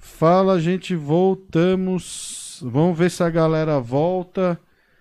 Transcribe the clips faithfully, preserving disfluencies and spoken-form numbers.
Fala, gente, voltamos. Vamos ver se a galera volta.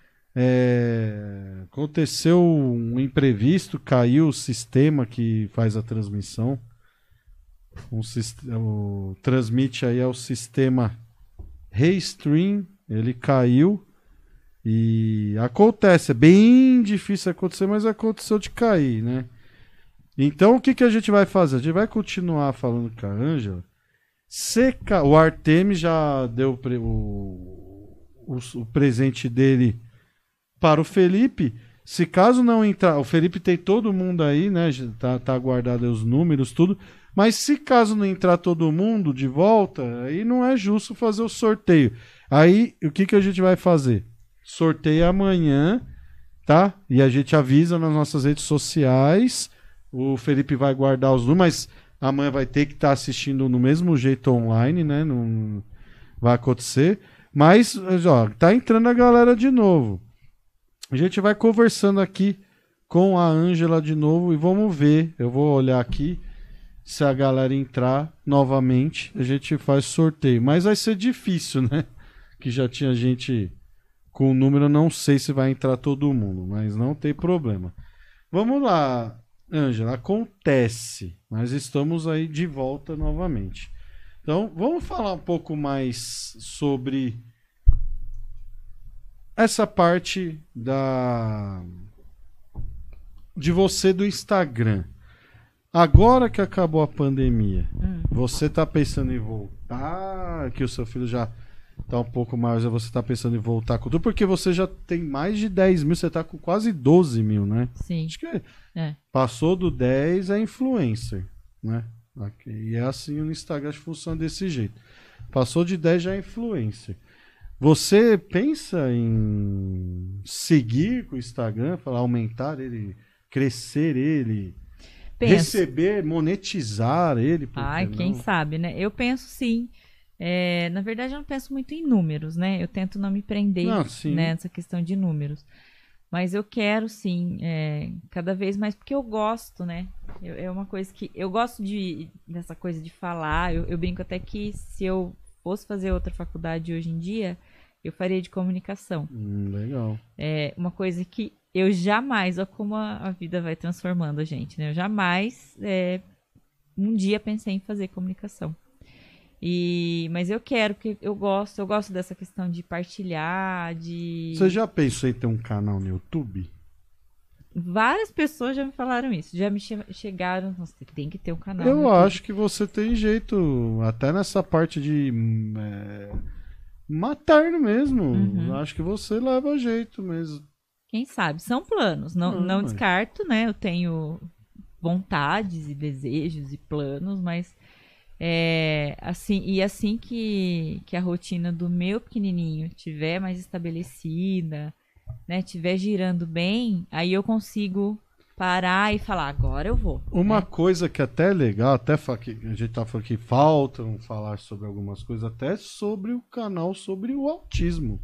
É, Aconteceu um imprevisto, caiu o sistema que faz a transmissão. Um sist... o... Transmite aí é o sistema Restream, ele caiu e acontece, é bem difícil acontecer, mas aconteceu de cair, né? Então o que, que a gente vai fazer? A gente vai continuar falando com a Ângela. Seca... O Artemis já deu pre... o... O... o presente dele para o Felipe. Se caso não entrar, o Felipe tem todo mundo aí, né? Tá, tá guardado os números, tudo. Mas se caso não entrar todo mundo de volta, aí não é justo fazer o sorteio. Aí o que, que a gente vai fazer? Sorteio amanhã, tá? E a gente avisa nas nossas redes sociais. O Felipe vai guardar os números, mas amanhã vai ter que estar tá assistindo no mesmo jeito online, né? Não vai acontecer. Mas, ó, tá entrando a galera de novo. A gente vai conversando aqui com a Ângela de novo e vamos ver. Eu vou olhar aqui. Se a galera entrar novamente, a gente faz sorteio. Mas vai ser difícil, né? Que já tinha gente com o número, não sei se vai entrar todo mundo, mas não tem problema. Vamos lá, Ângela, acontece. Mas estamos aí de volta novamente. Então, vamos falar um pouco mais sobre essa parte da de você do Instagram. Agora que acabou a pandemia, hum. você tá pensando em voltar? Que o seu filho já tá um pouco mais, você tá pensando em voltar com tudo? Porque você já tem mais de dez mil, você tá com quase doze mil, né? Sim. Acho que é. Passou do dez é influencer, né? E é assim no Instagram, acho que funciona desse jeito. Passou de dez já é influencer. Você pensa em seguir com o Instagram, falar, aumentar ele, crescer ele... Penso. Receber, monetizar ele. Ai, quem não? sabe, né? Eu penso sim. É, na verdade, eu não penso muito em números, né? Eu tento não me prender não, né, nessa questão de números. Mas eu quero sim, é, cada vez mais, porque eu gosto, né? Eu, é uma coisa que. Eu gosto de, dessa coisa de falar. Eu, eu brinco até que se eu fosse fazer outra faculdade hoje em dia, eu faria de comunicação. Hum, legal. É uma coisa que eu jamais, olha como a, a vida vai transformando a gente, né? Eu jamais é, um dia pensei em fazer comunicação. E, mas eu quero, porque eu gosto, eu gosto dessa questão de partilhar, de... Você já pensou em ter um canal no YouTube? Várias pessoas já me falaram isso, já me che chegaram, você tem que ter um canal eu no YouTube. Eu acho que você tem jeito, até nessa parte de é, materno mesmo, uhum. Eu acho que você leva jeito mesmo. Quem sabe? São planos. Não, não, não descarto, né? Eu tenho vontades e desejos e planos, mas é, assim, e assim que, que a rotina do meu pequenininho tiver mais estabelecida, né? Tiver girando bem, aí eu consigo parar e falar, agora eu vou. Uma né? coisa que até é legal, até que a gente tá falando que faltam falar sobre algumas coisas, até sobre o canal sobre o autismo.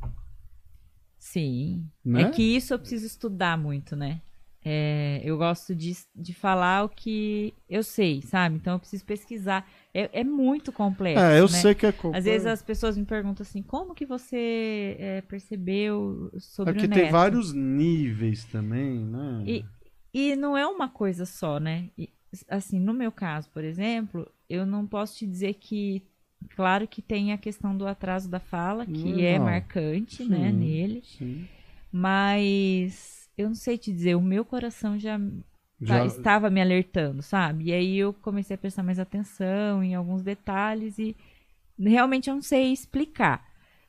Sim, né? É que isso eu preciso estudar muito, né? É, eu gosto de, de falar o que eu sei, sabe? Então eu preciso pesquisar. É, é muito complexo, É, eu né? sei que é complexo. Às vezes as pessoas me perguntam assim, como que você é, percebeu sobre Aqui o neto? tem vários níveis também, né? E, e não é uma coisa só, né? E, assim, no meu caso, por exemplo, eu não posso te dizer que... Claro que tem a questão do atraso da fala, que não. é marcante, sim, né, nele. Sim. Mas eu não sei te dizer, o meu coração já, já... Tá, estava me alertando, sabe? E aí eu comecei a prestar mais atenção em alguns detalhes e realmente eu não sei explicar.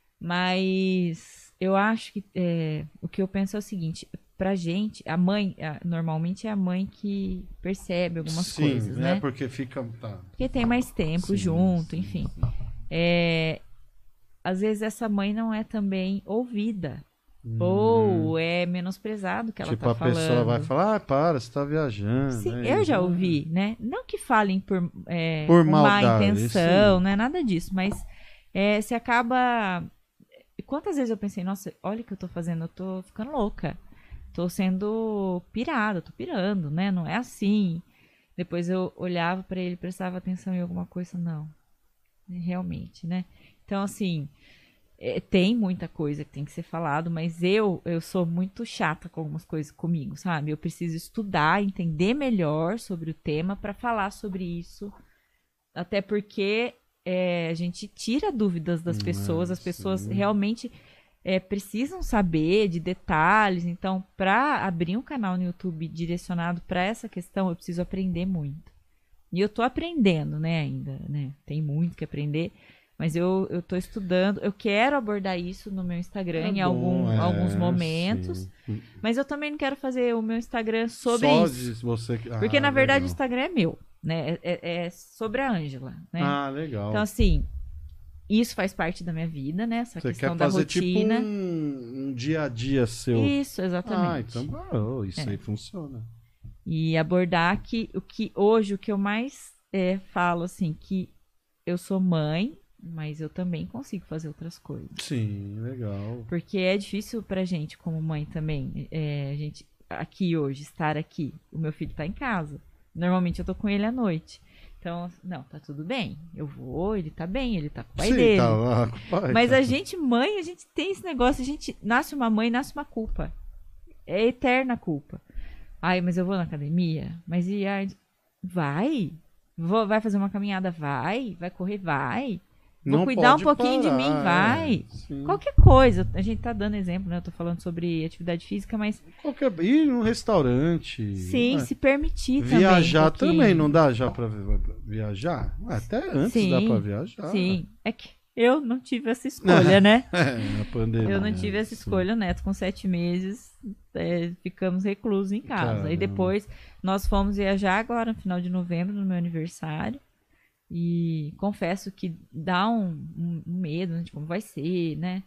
Mas eu acho que é, o que eu penso é o seguinte, pra gente, a mãe, a, normalmente é a mãe que percebe algumas sim, coisas, né? É porque fica... Tá. Porque tem mais tempo sim, junto, sim, enfim. Sim. É, às vezes essa mãe não é também ouvida. Hum. Ou é menosprezado o que ela tipo, tá falando. Tipo, a pessoa vai falar, ah, para, você tá viajando. Sim, né? eu já ouvi, né? Não que falem por, é, por com maldade, má intenção, sim. não é nada disso, mas é, se acaba... Quantas vezes eu pensei, nossa, olha o que eu tô fazendo, eu tô ficando louca. Tô sendo pirada, tô pirando, né? Não é assim. Depois eu olhava pra ele, prestava atenção em alguma coisa, não. realmente, né? Então, assim, é, tem muita coisa que tem que ser falado, mas eu, eu sou muito chata com algumas coisas comigo, sabe? Eu preciso estudar, entender melhor sobre o tema para falar sobre isso, até porque é, a gente tira dúvidas das pessoas, as pessoas sim. realmente é, precisam saber de detalhes. Então, para abrir um canal no YouTube direcionado para essa questão, eu preciso aprender muito. E eu tô aprendendo, né, ainda, né? Tem muito que aprender. Mas eu, eu tô estudando, eu quero abordar isso no meu Instagram é em bom, algum, é, alguns momentos. Sim. Mas eu também não quero fazer o meu Instagram sobre Só isso. De você... ah, porque, na verdade, legal. O Instagram é meu, né? É, é sobre a Ângela, né? Ah, legal. Então, assim, isso faz parte da minha vida, né? Essa você questão quer da fazer rotina. Tipo um, um dia a dia seu. Isso, exatamente. Ah, então oh, isso é. aí funciona. E abordar que, o que hoje, o que eu mais é, falo, assim, que eu sou mãe, mas eu também consigo fazer outras coisas. Sim, legal. Porque é difícil pra gente, como mãe também, é, a gente aqui hoje, estar aqui. O meu filho tá em casa. Normalmente eu tô com ele à noite. Então, não, tá tudo bem. Eu vou, ele tá bem, ele tá com o pai Sim, dele. Tá lá com o pai, mas tá. a gente, mãe, a gente tem esse negócio, a gente nasce uma mãe, nasce uma culpa. É eterna culpa. Ai, mas eu vou na academia? Mas e aí? Vai? Vou, vai fazer uma caminhada? Vai? Vai correr? Vai? Vou não cuidar um pode pouquinho parar, de mim, vai. É, qualquer coisa. A gente tá dando exemplo, né? Eu tô falando sobre atividade física, mas... Qualquer... Ir num restaurante. Sim, é. se permitir também. Viajar um também, não dá já pra viajar? Até antes sim, dá pra viajar. Sim, é que eu não tive essa escolha, né? É, na pandemia. Eu não tive essa escolha, o Neto com sete meses, é, ficamos reclusos em casa. Caramba. E depois nós fomos viajar agora no final de novembro, no meu aniversário. E confesso que dá um, um medo, né, de como vai ser, né?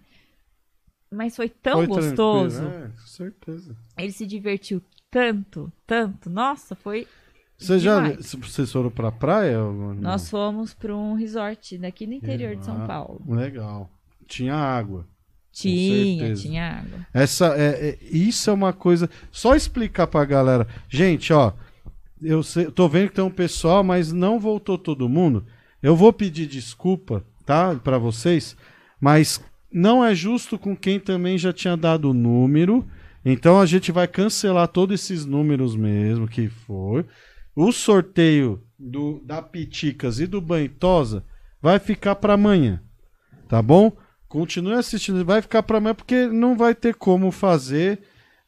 Mas foi tão foi gostoso. É, com certeza. Ele se divertiu tanto, tanto. Nossa, foi Você demais. já vocês foram pra praia? Ou não? Nós fomos para um resort daqui no interior ah, de São Paulo. Legal. Tinha água. Tinha, tinha água. Essa, é, é, isso é uma coisa... Só explicar pra galera. Gente, ó... Eu sei, tô vendo que tem um pessoal, mas não voltou todo mundo. Eu vou pedir desculpa, tá? Pra vocês. Mas não é justo com quem também já tinha dado o número. Então a gente vai cancelar todos esses números mesmo que foi. O sorteio do, da Piticas e do Banhosa vai ficar para amanhã. Tá bom? Continue assistindo. Vai ficar para amanhã porque não vai ter como fazer...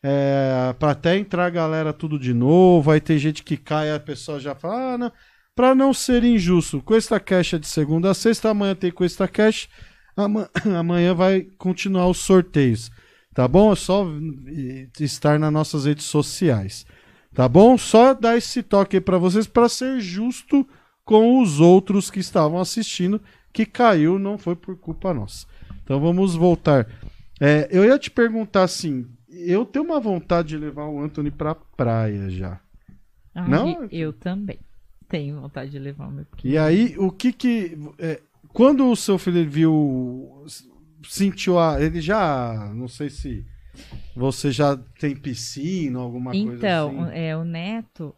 É, para até entrar a galera tudo de novo, vai ter gente que cai, a pessoa já fala, ah, não. Para não ser injusto, com esta cash é de segunda a sexta, amanhã tem com esta cash, amanhã, amanhã vai continuar os sorteios, tá bom? É só estar nas nossas redes sociais, tá bom? Só dar esse toque aí para vocês, para ser justo com os outros que estavam assistindo, que caiu, não foi por culpa nossa. Então vamos voltar. É, eu ia te perguntar assim, eu tenho uma vontade de levar o Anthony pra praia já. Ai, não? Eu também tenho vontade de levar o meu pequeno. E aí, o que que... É, quando o seu filho viu... Sentiu a... Ele já... Não sei se... Você já tem piscina, alguma então, coisa assim? Então, é, o Neto,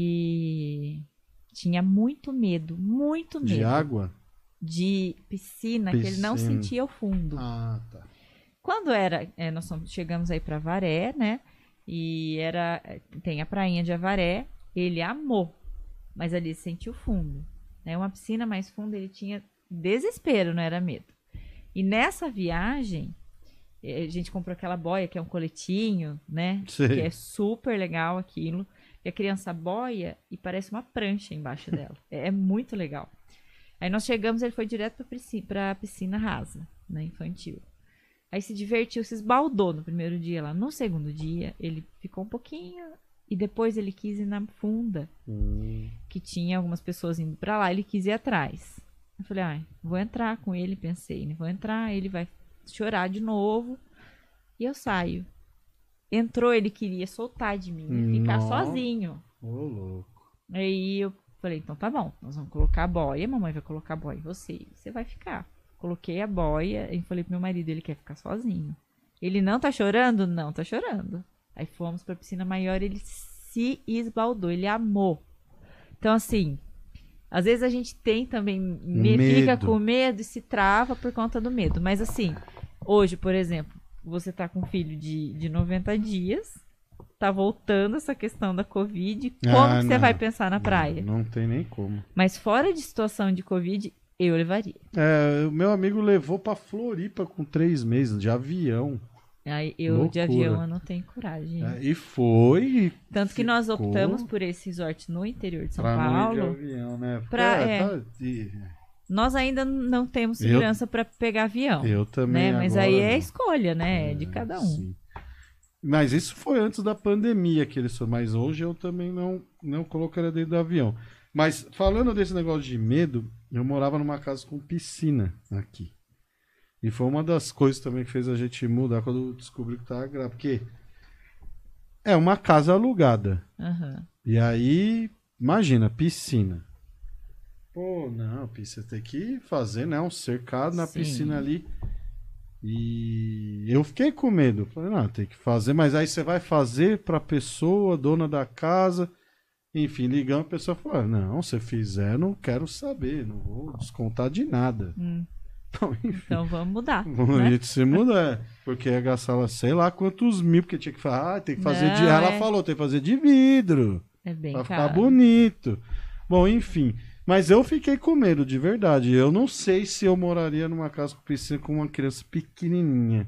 ele... Tinha muito medo, muito medo. De água? De piscina, piscina, que ele não sentia o fundo. Ah, tá. Quando era, é, nós chegamos aí para Avaré, né? E era, tem a prainha de Avaré, ele amou, mas ali sentiu fundo, né? Uma piscina mais funda, ele tinha desespero, não era medo. E nessa viagem, a gente comprou aquela boia que é um coletinho, né? Sim. Que é super legal aquilo. E a criança boia e parece uma prancha embaixo dela. É, é muito legal. Aí nós chegamos, ele foi direto para piscina, pra piscina rasa, né? Infantil. Aí se divertiu, se esbaldou no primeiro dia lá. No segundo dia, ele ficou um pouquinho... E depois ele quis ir na funda. Hum. Que tinha algumas pessoas indo pra lá. Ele quis ir atrás. Eu falei, ah, vou entrar com ele. Pensei, né? Vou entrar, ele vai chorar de novo. E eu saio. Entrou, ele queria soltar de mim. E ficar Nossa. sozinho. Ô, louco. Aí eu falei, então tá bom. Nós vamos colocar a boia. Mamãe vai colocar a boia em você. Você vai ficar. Coloquei a boia e falei pro meu marido, ele quer ficar sozinho. Ele não tá chorando? Não tá chorando. Aí fomos pra piscina maior, ele se esbaldou, ele amou. Então, assim, Às vezes a gente tem também, me, fica com medo e se trava por conta do medo. Mas assim, hoje, por exemplo, você tá com um filho de, de noventa dias, tá voltando essa questão da Covid, como ah, que você vai pensar na praia? Não, não tem nem como. Mas fora de situação de Covid, eu levaria. É, o meu amigo levou pra Floripa com três meses, de avião. Aí eu Loucura. de avião eu não tenho coragem. É, e foi. Tanto que ficou... nós optamos por esse resort no interior de São pra Paulo. Não ir de avião, né? Pra, é, é, tá... Nós ainda não temos segurança para pegar avião. Eu também. Né? Mas agora, aí é não. escolha, né? É, de cada um. Sim. Mas isso foi antes da pandemia que eles foram. Mas hoje eu também não, não colocaria dentro do avião. Mas falando desse negócio de medo, eu morava numa casa com piscina aqui. E foi uma das coisas também que fez a gente mudar quando eu descobri que tava grávida. Porque é uma casa alugada. Uhum. E aí, imagina, piscina. Pô, não, você tem que fazer, né? Um cercado na Sim. piscina ali. E eu fiquei com medo. Falei, não, tem que fazer. Mas aí você vai fazer pra pessoa, dona da casa. Enfim, ligando, a pessoa falou, não, se fizer, não quero saber. Não vou descontar de nada. Hum. Então, enfim, então vamos mudar. Vamos né? a gente se mudar. Porque ia gastar, sei lá quantos mil, porque tinha que falar, ah, tem que fazer não, de. Ela é... falou, tem que fazer de vidro. É bem pra caro. ficar bonito. Bom, enfim. Mas eu fiquei com medo, de verdade. Eu não sei se eu moraria numa casa com piscina com uma criança pequenininha.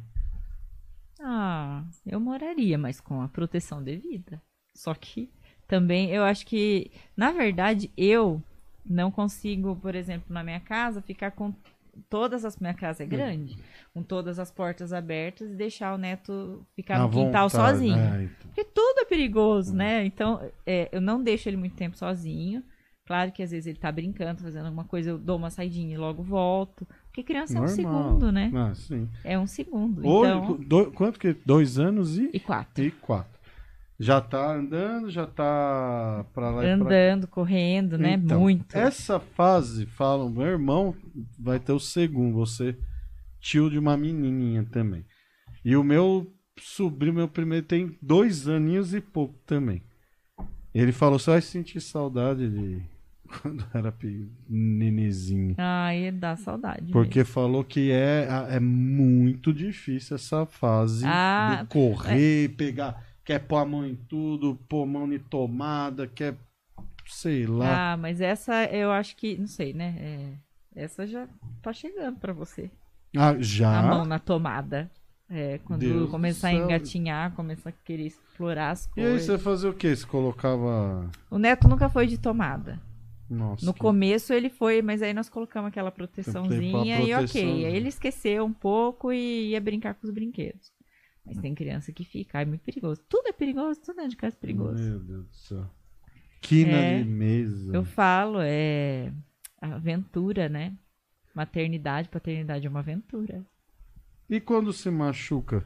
Ah, eu moraria, mas com a proteção devida. Só que também eu acho que, na verdade, eu não consigo, por exemplo, na minha casa, ficar com todas as... Minha casa é grande, com todas as portas abertas e deixar o neto ficar À no quintal vontade, sozinho. é, então. Porque tudo é perigoso, né? Então, é, eu não deixo ele muito tempo sozinho. Claro que às vezes ele tá brincando, fazendo alguma coisa, eu dou uma saidinha e logo volto. Porque criança Normal. é um segundo, né? Ah, sim. É um segundo. Ou, então... do, quanto que? Dois anos e... E quatro. E quatro. Já tá andando, já tá pra lá Andando, e pra... correndo, né? Então, Muito. Essa fase, falam, meu irmão vai ter o segundo, você tio de uma menininha também. E o meu sobrinho, meu primeiro, tem dois aninhos e pouco também. Ele falou, você vai sentir saudade de quando era nenezinho. Ai, dá saudade. Porque mesmo. falou que é, é muito difícil essa fase Ah, de correr, é... pegar, quer pôr a mão em tudo, pôr a mão em tomada, quer, sei lá. Ah, mas essa eu acho que, não sei, né? É, essa já tá chegando pra você. Ah, já? A mão na tomada. É, quando Deus começar a do céu. engatinhar, começar a querer explorar as E coisas. aí você fazia o quê? Você colocava... O neto nunca foi de tomada. Nossa, no que... começo ele foi, mas aí nós colocamos aquela proteçãozinha e ok. Aí ele esqueceu um pouco e ia brincar com os brinquedos. Mas tem criança que fica, é muito perigoso. Tudo é perigoso, tudo é de casa é perigoso. Meu Deus do céu. Quina É, de mesa. Eu falo, é aventura, né? Maternidade, paternidade é uma aventura. E quando se machuca?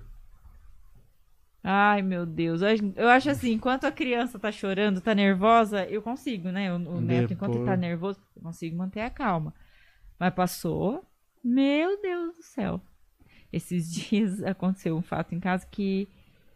Ai, meu Deus. Eu, eu acho assim, enquanto a criança tá chorando, tá nervosa, eu consigo, né? O, o neto, Depois... enquanto ele tá nervoso, eu consigo manter a calma. Mas passou, meu Deus do céu. Esses dias aconteceu um fato em casa que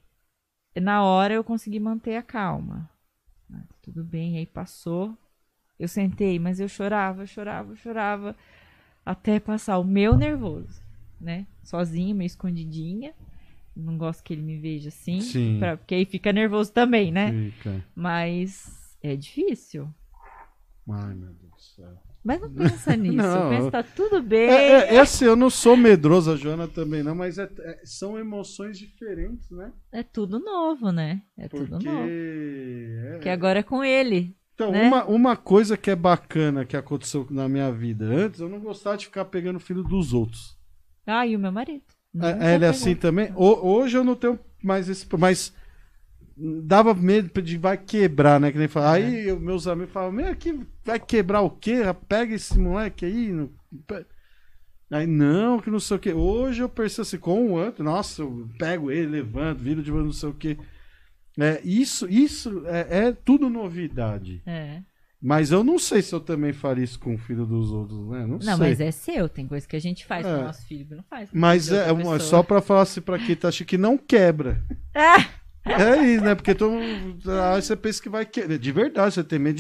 na hora eu consegui manter a calma. Ah, tudo bem, aí passou. Eu sentei, mas eu chorava, eu chorava, eu chorava. Até passar o meu nervoso, né? Sozinha, meio escondidinha. Não gosto que ele me veja assim. Sim. Pra, porque aí fica nervoso também, né? Fica. Mas é difícil. Ai, meu Deus do céu. Mas não pensa nisso. Não, pensa que tá tudo bem. É, é, é assim, eu não sou medroso, a Joana também não, mas é, é, são emoções diferentes, né? É tudo novo, né? É Porque... tudo novo. É... Que agora é com ele. Então, né? uma, uma coisa que é bacana que aconteceu na minha vida. Antes, eu não gostava de ficar pegando o filho dos outros. Ah, e o meu marido. É, ele é assim também? O, hoje eu não tenho mais esse... Mas dava medo de vai quebrar, né? Que nem fala. É. Aí eu, meus amigos falavam, meu, aqui vai quebrar o quê? Pega esse moleque aí. Não... Aí, não, que não sei o quê. Hoje eu percebo assim, com o outro, nossa, eu pego ele, levanto, viro de não sei o quê. É, isso isso é, é tudo novidade. É. Mas eu não sei se eu também faria isso com o filho dos outros, né? Não, Não, sei. mas é seu. Tem coisa que a gente faz É. com o nosso filho que não faz. com Mas outra é uma- pessoa. só pra falar assim pra quem tá achando que não quebra. Ah! É isso, né? Porque todo mundo, aí você pensa que vai quebrar. De verdade, você tem medo de.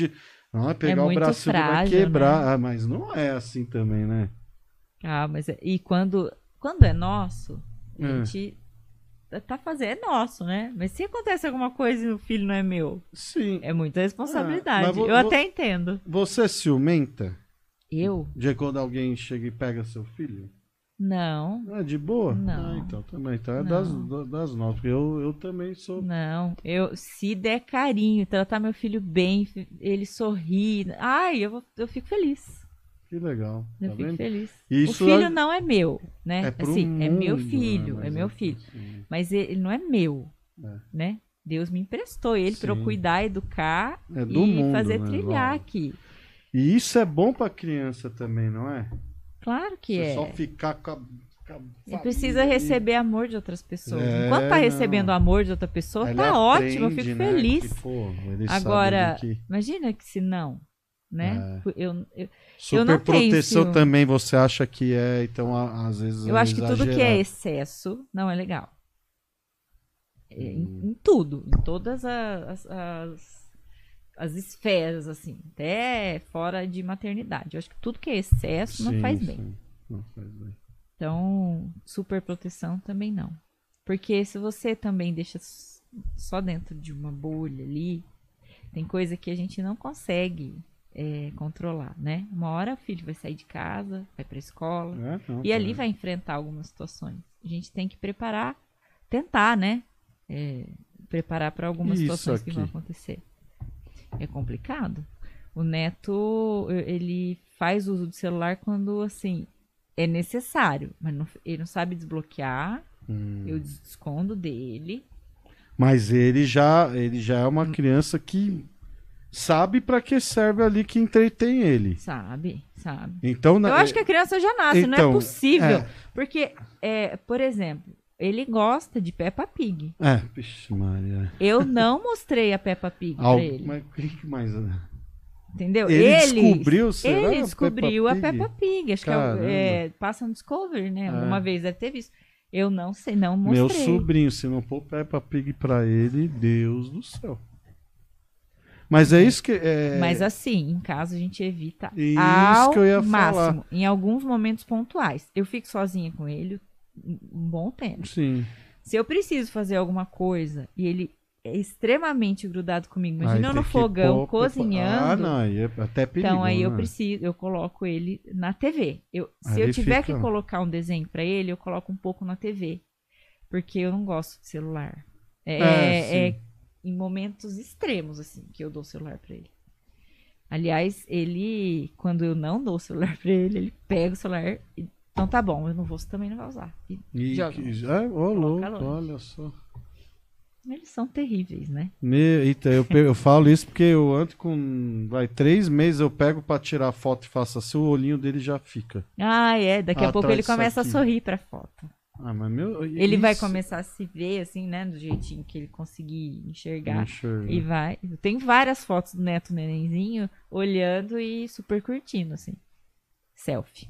Não é pegar é o braço e vai frágil, quebrar. né? Ah, mas não é assim também, né? Ah, mas é, e quando, quando é nosso, a É. gente tá fazendo, é nosso, né? Mas se acontece alguma coisa e o filho não é meu, Sim. é muita responsabilidade. Ah, mas vo- Eu vo- até entendo. Você é ciumenta Eu? de quando alguém chega e pega seu filho? Não, Ah, de boa? Não. Ah, então também. Então é Não. das, da- das nossas. Porque eu, eu também sou. não. Eu, se der carinho, tratar meu filho bem, ele sorrir, ai, eu, vou- eu fico feliz. Que legal. Eu Tá fico vendo? feliz. Isso o filho é- não é meu, né? É pro assim, é meu mundo, filho, né? é Mas meu é filho. assim. Mas ele não é meu, É. né? Deus me emprestou ele para eu Sim. cuidar, educar É do e mundo, fazer né? trilhar Lógico. aqui. E isso é bom pra criança também, não é? Claro que Você é. só ficar com a, com a Ele família precisa ali. receber amor de outras pessoas. É, Enquanto tá não. recebendo amor de outra pessoa, Aí tá ele ótimo, eu aprende, fico né, feliz. que, pô, ele Agora, sabe ali que... imagina que se não, né? É. Eu, eu, Super não tenho proteção ciúme. também você acha que é, então a- às vezes eu é acho que tudo que é exagerado. excesso não é legal. É, em, Hum. em tudo, em todas as, as, as esferas, assim, até fora de maternidade. Eu acho que tudo que é excesso não Sim, faz bem. sim. Não faz bem. Então, super proteção também não. Porque se você também deixa s- só dentro de uma bolha ali, tem coisa que a gente não consegue é, controlar, né? Uma hora o filho vai sair de casa, vai pra escola, É, não, e tá ali bem. vai enfrentar algumas situações. A gente tem que preparar, tentar, né? É, preparar para algumas E isso situações que vão aqui? acontecer. É complicado. O neto, ele faz uso do celular quando, assim, é necessário, mas não- ele não sabe desbloquear. Hum. Eu des- escondo dele. Mas ele já, ele já é uma criança que sabe pra que serve ali que entretém ele. Sabe, sabe. Então, na- Eu acho que a criança já nasce, não Então, é possível. é. Porque, é, por exemplo, ele gosta de Peppa Pig. É, vixe, Maria. Eu não mostrei a Peppa Pig Al- pra ele. Mas quem que mais? Entendeu? Ele descobriu, será, Ele a descobriu Peppa a Pig? Peppa Pig. Acho Caramba. que é, o- é, passa no Discovery, né? É. Alguma vez deve ter visto. Eu não sei, não mostrei. Meu sobrinho, se não pôr Peppa Pig pra ele, Deus do céu. Mas é isso que... É... Mas assim, em casa a gente evita Isso ao que eu ia máximo. falar. Em alguns momentos pontuais. Eu fico sozinha com ele um um bom tempo. Sim. Se eu preciso fazer alguma coisa e ele é extremamente grudado comigo, imagina eu Aí no tem que fogão pôr- Ah, cozinhando. não, aí é até perigoso. Então aí eu né? preciso, eu coloco ele na T V. Eu, Aí se eu ele tiver fica- que colocar um desenho pra ele, eu coloco um pouco na T V, porque eu não gosto de celular. É, É, sim. é em momentos extremos assim que eu dou o celular pra ele. Aliás, ele, quando eu não dou o celular pra ele, ele pega o celular e então tá bom, eu não vou, você também não vai usar. E E joga. que- é, ô, louco, longe. olha só. Eles são terríveis, né? Me, então, eu, pe- eu falo isso porque eu ando com. Vai, três meses eu pego pra tirar foto e faço assim, o olhinho dele já fica. Ah, é. Daqui a Atrás pouco ele disso começa aqui. a sorrir pra foto. Ah, mas meu. Ele vai isso- começar a se ver, assim, né? Do jeitinho que ele conseguir enxergar. Enxerga. E vai. Tem várias fotos do neto nenenzinho olhando e super curtindo, assim. Selfie.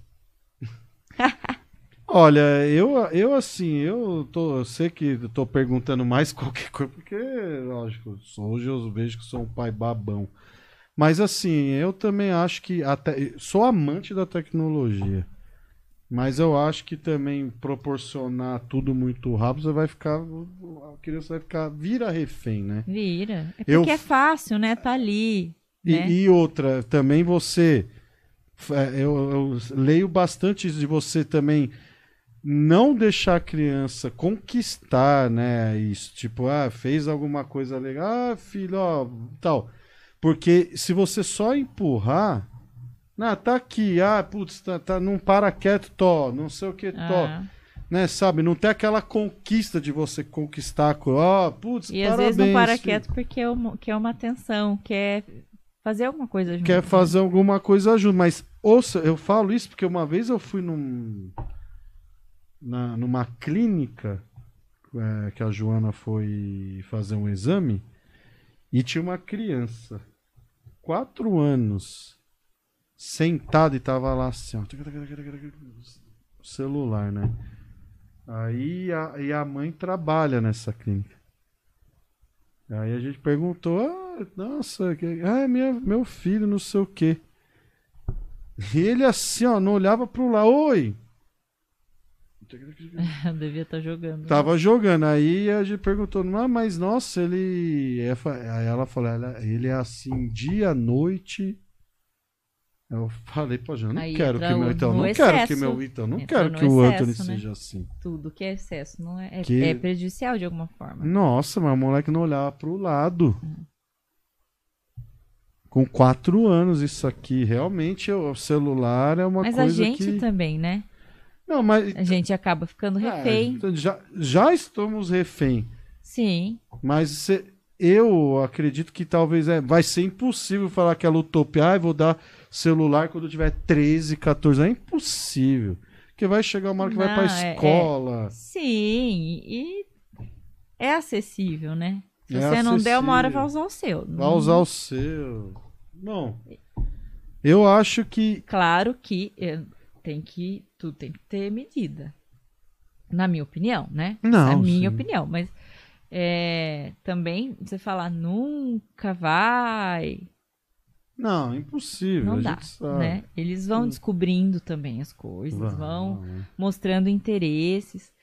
Olha, eu, eu assim, eu, tô, eu sei que eu tô perguntando mais qualquer coisa, porque, lógico, hoje eu vejo que sou um pai babão. Mas assim, eu também acho que até sou amante da tecnologia. Mas eu acho que também proporcionar tudo muito rápido, você vai ficar. A criança vai ficar. Vira refém, né? Vira. É porque Eu- é fácil, né? Tá ali. E, Né? e outra, também você. é, Eu, eu leio bastante isso de você também não deixar a criança conquistar, né? Isso. Tipo, ah, fez alguma coisa legal, ah, filho, ó, tal. Porque se você só empurrar. Ah, tá aqui, ah, putz, tá, tá, não para quieto, tó, não sei o que, tó. Ah. Né, sabe? Não tem aquela conquista de você conquistar, ó, oh, putz, E às parabéns. vezes não para filho. quieto porque é uma, quer uma atenção, quer fazer alguma coisa junto. Quer né? fazer alguma coisa junto. Mas, ouça, eu falo isso porque uma vez eu fui num, na, numa clínica é, que a Joana foi fazer um exame e tinha uma criança, quatro anos, sentada e tava lá assim, ó, celular, né? Aí a, e a mãe trabalha nessa clínica. Aí a gente perguntou, ah, ah, nossa, que- ah, é minha, meu filho, não sei o quê. E ele assim, ó, não olhava pro lado. Oi! Devia estar jogando. Tava jogando. Aí a gente perguntou, ah, mas nossa, ele. Aí ela falou, ela- ele é assim, dia, noite. Eu falei, pô, eu não Aí quero que entra meu. o- Então, no não quero que excesso. meu. Então, não Entra quero no que o excesso, Anthony né? seja assim. Tudo que é excesso não é, é, Que- é prejudicial de alguma forma. Nossa, mas o moleque não olhava pro lado. Com quatro anos, isso aqui. Realmente, o celular é uma Mas coisa a gente que. também, né? Não, mas. A gente acaba ficando refém. É, já, já estamos refém. Sim. Mas cê- eu acredito que talvez é, vai ser impossível falar aquela utopia. Ah, eu vou dar celular quando eu tiver treze, quatorze. É impossível. Porque vai chegar uma hora que vai pra Não, é- escola. Sim, e é acessível, né? Se É você não der, uma hora vai acessível. usar o seu. Vai usar o seu. Bom, eu acho que. Claro que é, tem que tudo tem que ter medida. Na minha opinião, né? Não, Na minha sim. opinião, mas é, também você falar nunca vai, Não, impossível. não a dá, gente sabe. né? Eles vão descobrindo também as coisas, Vai, vão vai. mostrando interesses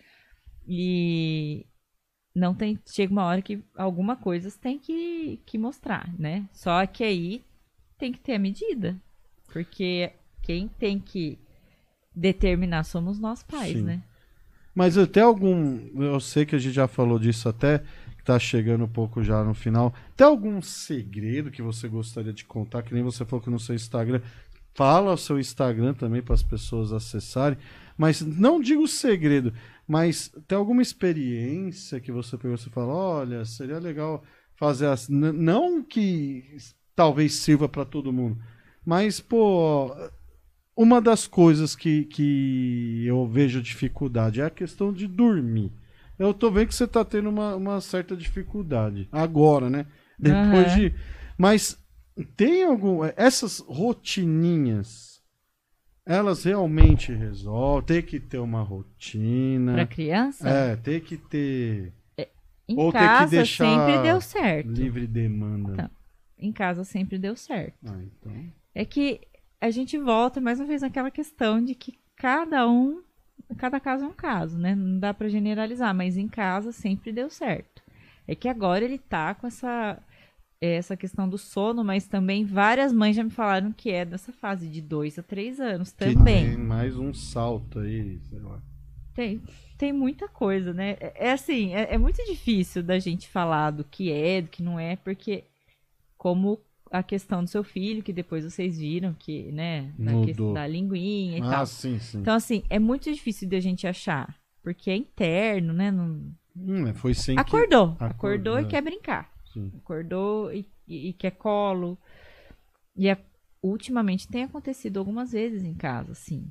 e não tem, chega uma hora que alguma coisa tem que, que mostrar, né? Só que aí tem que ter a medida, porque quem tem que determinar somos nós pais, Sim. né? Mas até algum. Eu sei que a gente já falou disso até, que tá chegando um pouco já no final. Tem algum segredo que você gostaria de contar? Que nem você falou que no seu Instagram. Fala o seu Instagram também para as pessoas acessarem. Mas não digo segredo, mas tem alguma experiência que você pegou e você fala: olha, seria legal fazer assim. N- Não que talvez sirva para todo mundo, mas, pô. Uma das coisas que, que eu vejo dificuldade é a questão de dormir. Eu tô vendo que você tá tendo uma, uma certa dificuldade. Agora, né? Depois Aham. de. Mas tem algum. Essas rotininhas, elas realmente resolvem. Tem que ter uma rotina. Pra criança, É, tem que ter. em ou ter que casa deixar sempre deu certo. livre demanda. Tá. Em casa sempre deu certo. Ah, então. É que a gente volta mais uma vez naquela questão de que cada um, cada caso é um caso, né? Não dá pra generalizar, mas em casa sempre deu certo. É que agora ele tá com essa essa questão do sono, mas também várias mães já me falaram que é dessa fase de dois a três anos Que também. tem mais um salto aí, sei lá. Tem, tem muita coisa, né? É, é assim, é, é muito difícil da gente falar do que é, do que não é, porque como a questão do seu filho, que depois vocês viram que, né, na Mudou. questão da linguinha e Ah, tal. sim, sim. Então, assim, é muito difícil de a gente achar, porque é interno, né? Não... Hum, é, foi sem que... Acordou, Acordou, acordou e é. quer brincar. Sim. Acordou e, e, e quer colo. E a- ultimamente tem acontecido algumas vezes em casa, sim.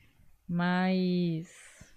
Mas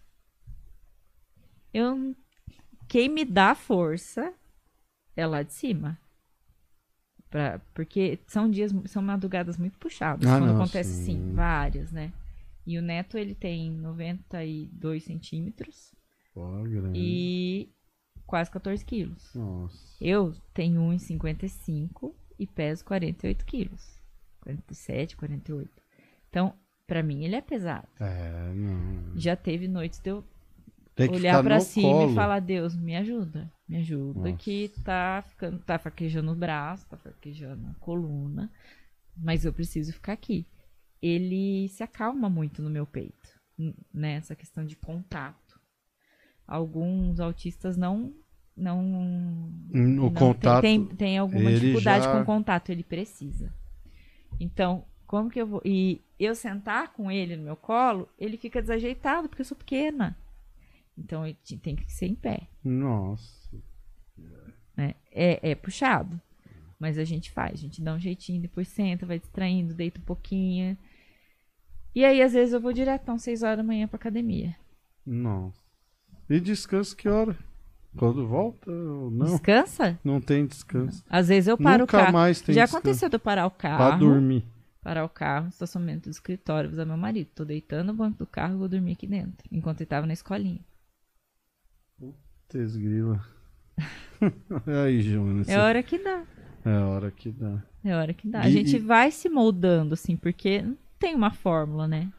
eu, quem me dá força é lá de cima. Pra, porque são dias, são madrugadas muito puxadas. Ah, quando não, acontece sim. assim, várias, né? E o Neto, ele tem noventa e dois centímetros Pô, grande. e quase quatorze quilos. Nossa. Eu tenho um e cinquenta e cinco e peso quarenta e oito quilos. quarenta e sete, quarenta e oito. Então, pra mim, ele é pesado. É, não. Já teve noites de eu Tem que olhar ficar pra no cima colo. e falar: Deus, me ajuda. Me ajuda, Nossa. que tá ficando, tá fraquejando o braço, tá fraquejando a coluna. Mas eu preciso ficar aqui. Ele se acalma muito no meu peito, n- né? Essa questão de contato. Alguns autistas não. não O não contato. Tem, tem, tem alguma ele dificuldade já- com o contato, ele precisa. Então, como que eu vou. E eu sentar com ele no meu colo, ele fica desajeitado, porque eu sou pequena. Então, ele te- tem que ser em pé. Nossa. Né? É, é puxado. Mas a gente faz, a gente dá um jeitinho, depois senta, vai distraindo, deita um pouquinho. E aí, às vezes, eu vou diretão seis horas da manhã pra academia. Nossa. E descanso que hora? Quando volta ou não? Descansa? Não tem descanso. Às vezes eu paro Nunca o carro. mais tem Já descanso. aconteceu de eu parar o carro. Pra dormir. Parar o carro, no estacionamento do escritório, avisar meu marido. Tô deitando no banco do carro e vou dormir aqui dentro. Enquanto ele tava na escolinha. Tesgrila. Aí, Jonas. É a hora que dá. É a hora que dá. É a hora que dá. E, a gente e... vai se moldando, assim, porque não tem uma fórmula, né?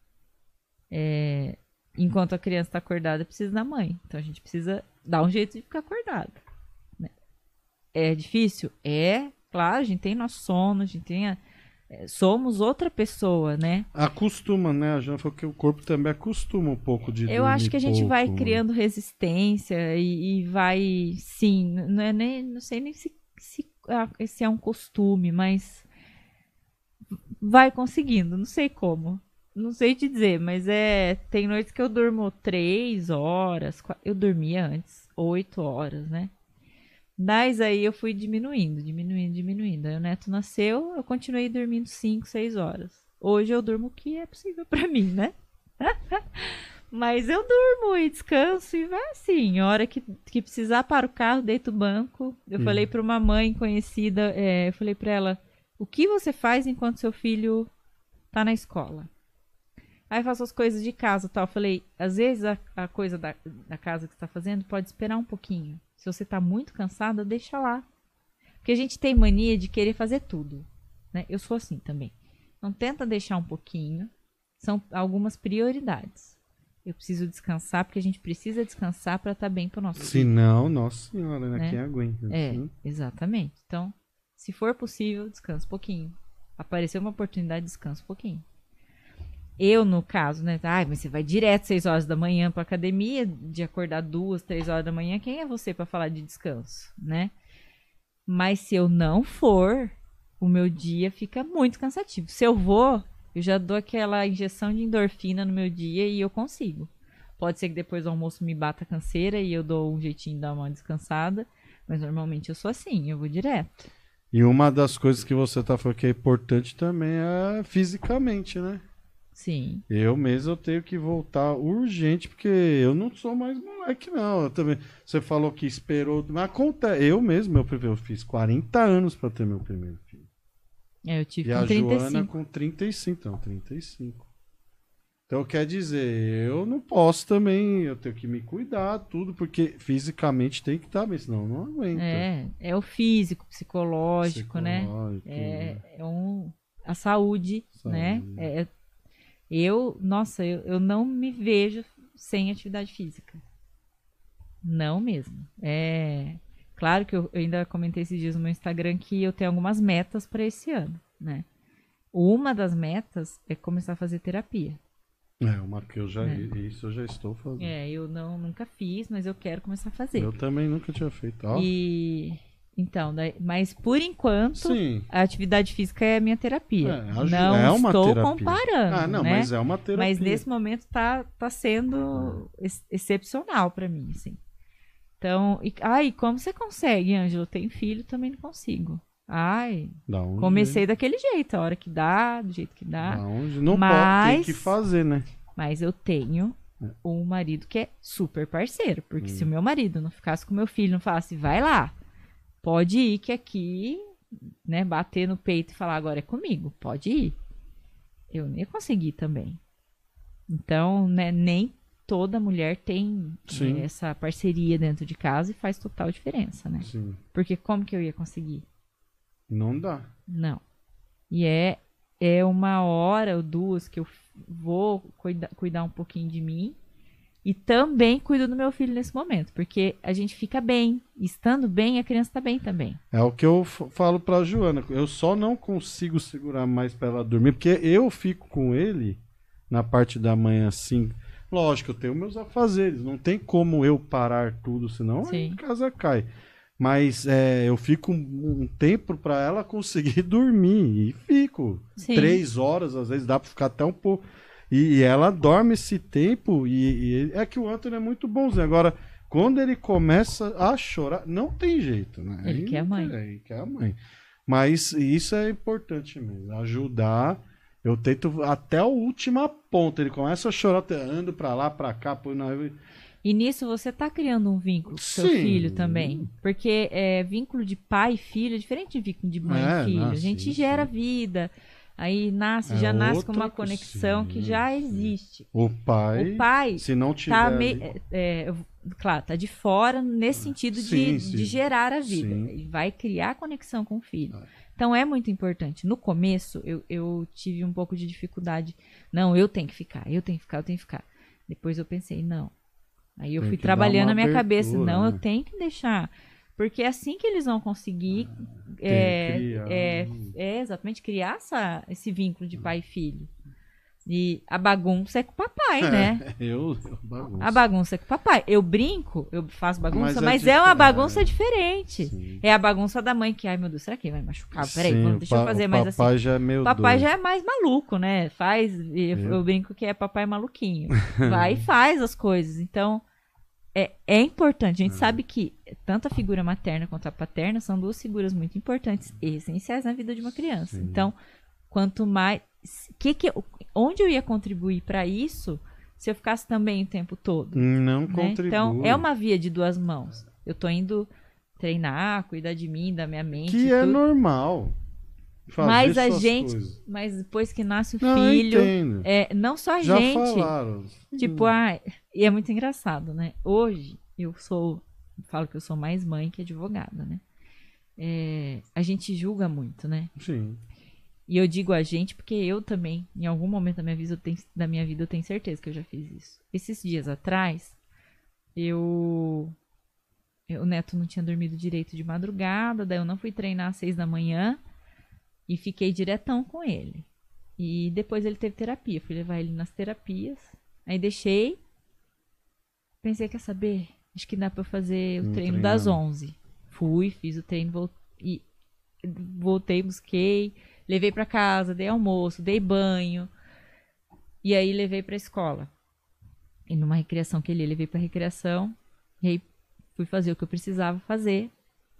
É... Enquanto a criança tá acordada, precisa da mãe. Então a gente precisa dar um jeito de ficar acordado. Né? É difícil? É. Claro, a gente tem nosso sono, a gente tem... A... Somos outra pessoa, né? Acostuma, né? A Jana falou que o corpo também acostuma um pouco de Eu acho que a gente pouco, vai né? criando resistência e, e vai, sim, não é nem, não sei nem se, se, se é um costume, mas vai conseguindo, não sei como, não sei te dizer, mas é, tem noites que eu durmo três horas, eu dormia antes, oito horas, né? Mas aí eu fui diminuindo, diminuindo, diminuindo. Aí o Neto nasceu, eu continuei dormindo cinco, seis horas. Hoje eu durmo o que é possível pra mim, né? Mas eu durmo e descanso e vai assim. A hora que, que precisar para o carro, deito o banco. Eu hum. falei pra uma mãe conhecida, é, eu falei pra ela, o que você faz enquanto seu filho tá na escola? Aí eu faço as coisas de casa e tal. Eu falei, às vezes a, a coisa da, da casa que você tá fazendo pode esperar um pouquinho. Se você tá muito cansada, deixa lá. Porque a gente tem mania de querer fazer tudo. Né? Eu sou assim também. Então tenta deixar um pouquinho. São algumas prioridades. Eu preciso descansar, porque a gente precisa descansar para estar bem pro nosso filho. Se não, nossa senhora, né? Né? Quem aguenta. É, assim. Exatamente. Então, se for possível, descansa um pouquinho. Apareceu uma oportunidade, descansa um pouquinho. Eu, no caso, né? Ai, mas você vai direto seis horas da manhã pra academia, de acordar duas, três horas da manhã. Quem é você pra falar de descanso, né? Mas se eu não for, o meu dia fica muito cansativo. Se eu vou, eu já dou aquela injeção de endorfina no meu dia e eu consigo. Pode ser que depois do almoço me bata a canseira e eu dou um jeitinho de dar uma descansada. Mas normalmente eu sou assim, eu vou direto. E uma das coisas que você tá falando que é importante também é fisicamente, né? Sim. Eu mesmo eu tenho que voltar urgente, porque eu não sou mais moleque, não. Eu também, você falou que esperou, mas acontece. Eu mesmo, meu, eu fiz quarenta anos para ter meu primeiro filho. É, eu tive e com a trinta e cinco. Joana com trinta e cinco, então, trinta e cinco. Então, quer dizer, eu não posso também, eu tenho que me cuidar, tudo, porque fisicamente tem que estar bem, senão eu não aguento. É, é o físico, psicológico, Psicológico, né? É, é um, a saúde, saúde. né? É, eu, nossa, eu, eu não me vejo sem atividade física. Não mesmo. É claro que eu, eu ainda comentei esses dias no meu Instagram que eu tenho algumas metas para esse ano, né? Uma das metas é começar a fazer terapia. É, uma que eu já, é. isso eu já estou fazendo. É, eu não, nunca fiz, mas eu quero começar a fazer. Eu também nunca tinha feito. Ó. E... Então, daí, mas por enquanto, Sim. a atividade física é a minha terapia. É, a, não é uma estou terapia. comparando, Ah, não, né? mas é uma terapia. Mas nesse momento tá, tá sendo ex excepcional para mim, assim. Então, e, ai, como você consegue, Ângelo? Eu tenho filho, também não consigo. Ai, um comecei jeito. daquele jeito, a hora que dá, do jeito que dá. Dá um, não mas, pode, tem que fazer, né? Mas eu tenho um marido que é super parceiro, porque hum. se o meu marido não ficasse com meu filho, não falasse, vai lá, pode ir que aqui, né, bater no peito e falar, agora é comigo, pode ir. Eu nem consegui também. Então, né, nem toda mulher tem é, essa parceria dentro de casa e faz total diferença, né? Sim. Porque como que eu ia conseguir? Não dá. Não. E é, é uma hora ou duas que eu vou cuida, cuidar um pouquinho de mim e também cuido do meu filho nesse momento, porque a gente fica bem, estando bem, a criança tá bem também. É o que eu falo pra Joana, eu só não consigo segurar mais pra ela dormir, porque eu fico com ele na parte da manhã assim, lógico, eu tenho meus afazeres, não tem como eu parar tudo, senão Sim. a casa cai. Mas é, eu fico um, um tempo pra ela conseguir dormir, e fico. Sim. Três horas, às vezes dá pra ficar até um pouco. E, e ela dorme esse tempo, e, e é que o Antônio é muito bonzinho. Agora, quando ele começa a chorar, não tem jeito, né? Ele Aí, quer a mãe. É, ele quer a mãe. Mas isso é importante mesmo, ajudar. Eu tento até a última ponta. Ele começa a chorar, ando pra lá, pra cá, põe na... E nisso você tá criando um vínculo com seu sim. filho também. Porque é, vínculo de pai e filho é diferente de vínculo de mãe é, e filho. Não, a gente sim, gera sim. vida. Aí nasce, é já nasce com uma outra, conexão sim, que já sim. existe. O pai, o pai se não tiver tá ali... me, é, claro, tá de fora nesse sentido sim, de, sim. de gerar a vida. Sim. Vai criar conexão com o filho. É. Então é muito importante. No começo, eu, eu tive um pouco de dificuldade. Não, eu tenho que ficar, eu tenho que ficar, eu tenho que ficar. Depois eu pensei, não. Aí eu Tem fui que trabalhando dar na uma minha cabeça. abertura, Não, né? eu tenho que deixar. Porque é assim que eles vão conseguir Tem é, que criar. é, é, exatamente criar essa, esse vínculo de pai e filho. E a bagunça é com o papai, né? eu, eu bagunço. A bagunça é com o papai. Eu brinco, eu faço bagunça, Mas é mas é, uma difer- bagunça é. diferente. Sim. É a bagunça da mãe que, ai meu Deus, será que ele vai machucar? Peraí, Sim, vamos- deixa eu pa- fazer o mais assim. papai já é meio O papai doido. já é mais maluco, né? Faz, eu, Eu- eu brinco que é papai maluquinho. Vai e faz as coisas. Então, é, é importante. A gente sabe que tanto a figura materna quanto a paterna são duas figuras muito importantes e essenciais na vida de uma criança. Sim. Então, quanto mais... Que que eu- onde eu ia contribuir para isso se eu ficasse também o tempo todo? Não Né? contribui. Então, é uma via de duas mãos. Eu tô indo treinar, cuidar de mim, da minha mente. Que e é tudo. normal. Fazer Mas a suas gente, coisas. mas depois que nasce o Não, eu filho, entendo. é, não só a Já gente, falaram. tipo, ah, e é muito engraçado, né? Hoje eu sou, falo que eu sou mais mãe que advogada, né? É, a gente julga muito, né? Sim. E eu digo a gente porque eu também, em algum momento da minha vida, eu tenho, da minha vida, eu tenho certeza que eu já fiz isso. Esses dias atrás, eu, eu- o Neto não tinha dormido direito de madrugada, daí eu não fui treinar às seis da manhã e fiquei diretão com ele. E depois ele teve terapia, fui levar ele nas terapias, aí deixei, pensei, quer saber? Acho que dá pra eu fazer o Um treino treinar. das onze. Fui, fiz o treino, vol- e voltei, busquei, levei pra casa, dei almoço, dei banho. E aí levei pra escola. E numa recreação que ele ia, levei pra recreação. E aí fui fazer o que eu precisava fazer.